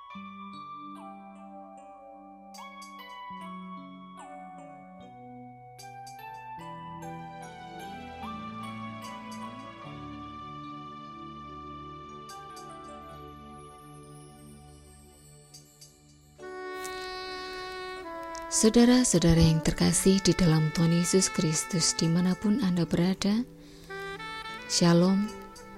Saudara-saudara yang terkasih di dalam Tuhan Yesus Kristus dimanapun Anda berada, Shalom.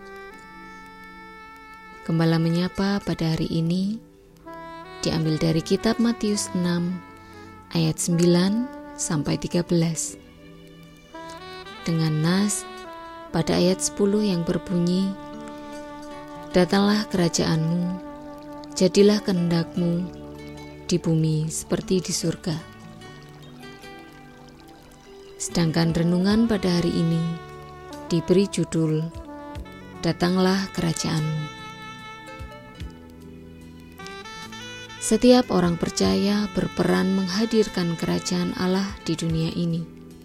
Gembala menyapa pada hari ini diambil dari kitab Matius 6 ayat 9 sampai 13 dengan nas pada ayat 10 yang berbunyi, "Datanglah kerajaanmu, jadilah kehendakmu di bumi seperti di surga." Sedangkan renungan pada hari ini diberi judul "Datanglah Kerajaanmu". Setiap orang percaya berperan menghadirkan kerajaan Allah di dunia ini.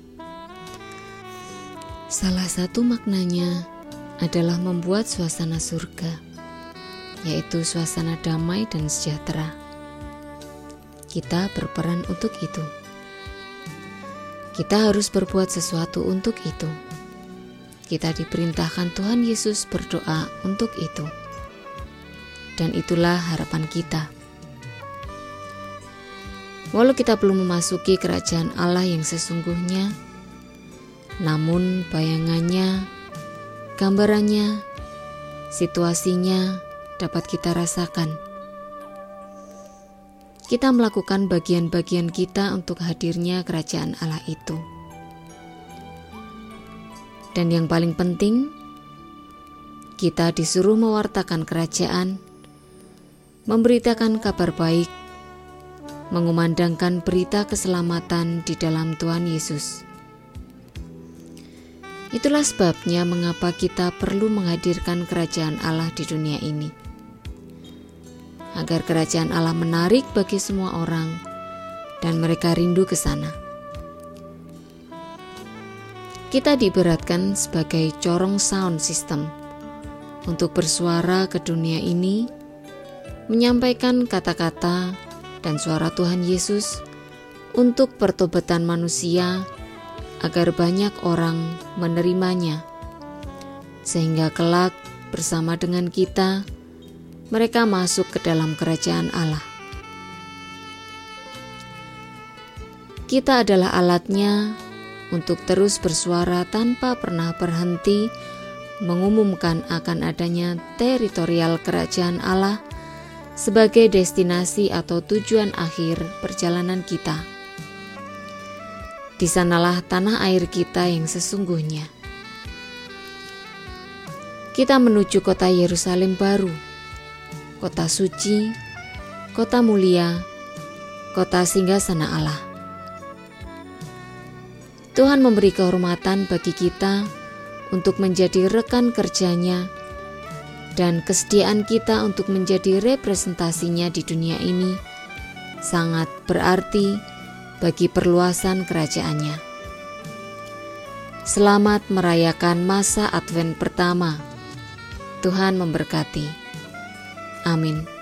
Salah satu maknanya adalah membuat suasana surga, yaitu suasana damai dan sejahtera. Kita berperan untuk itu. Kita harus berbuat sesuatu untuk itu. Kita diperintahkan Tuhan Yesus berdoa untuk itu. Dan itulah harapan kita. Walau kita belum memasuki kerajaan Allah yang sesungguhnya, namun bayangannya, gambarannya, situasinya dapat kita rasakan. Kita melakukan bagian-bagian kita untuk hadirnya kerajaan Allah itu. Dan yang paling penting, kita disuruh mewartakan kerajaan, memberitakan kabar baik, mengumandangkan berita keselamatan di dalam Tuhan Yesus. Itulah sebabnya mengapa kita perlu menghadirkan kerajaan Allah di dunia ini. Agar kerajaan Allah menarik bagi semua orang dan mereka rindu ke sana. Kita diibaratkan sebagai corong sound system untuk bersuara ke dunia ini, menyampaikan kata-kata dan suara Tuhan Yesus untuk pertobatan manusia agar banyak orang menerimanya, sehingga kelak bersama dengan kita mereka masuk ke dalam kerajaan Allah. Kita adalah alatnya untuk terus bersuara tanpa pernah berhenti mengumumkan akan adanya teritorial kerajaan Allah sebagai destinasi atau tujuan akhir perjalanan kita. Di sanalah tanah air kita yang sesungguhnya. Kita menuju kota Yerusalem baru, kota suci, kota mulia, kota singgasana Allah. Tuhan memberi kehormatan bagi kita untuk menjadi rekan kerjanya dan kesediaan kita untuk menjadi representasinya di dunia ini sangat berarti bagi perluasan kerajaannya. Selamat merayakan masa Advent pertama. Tuhan memberkati. Amin.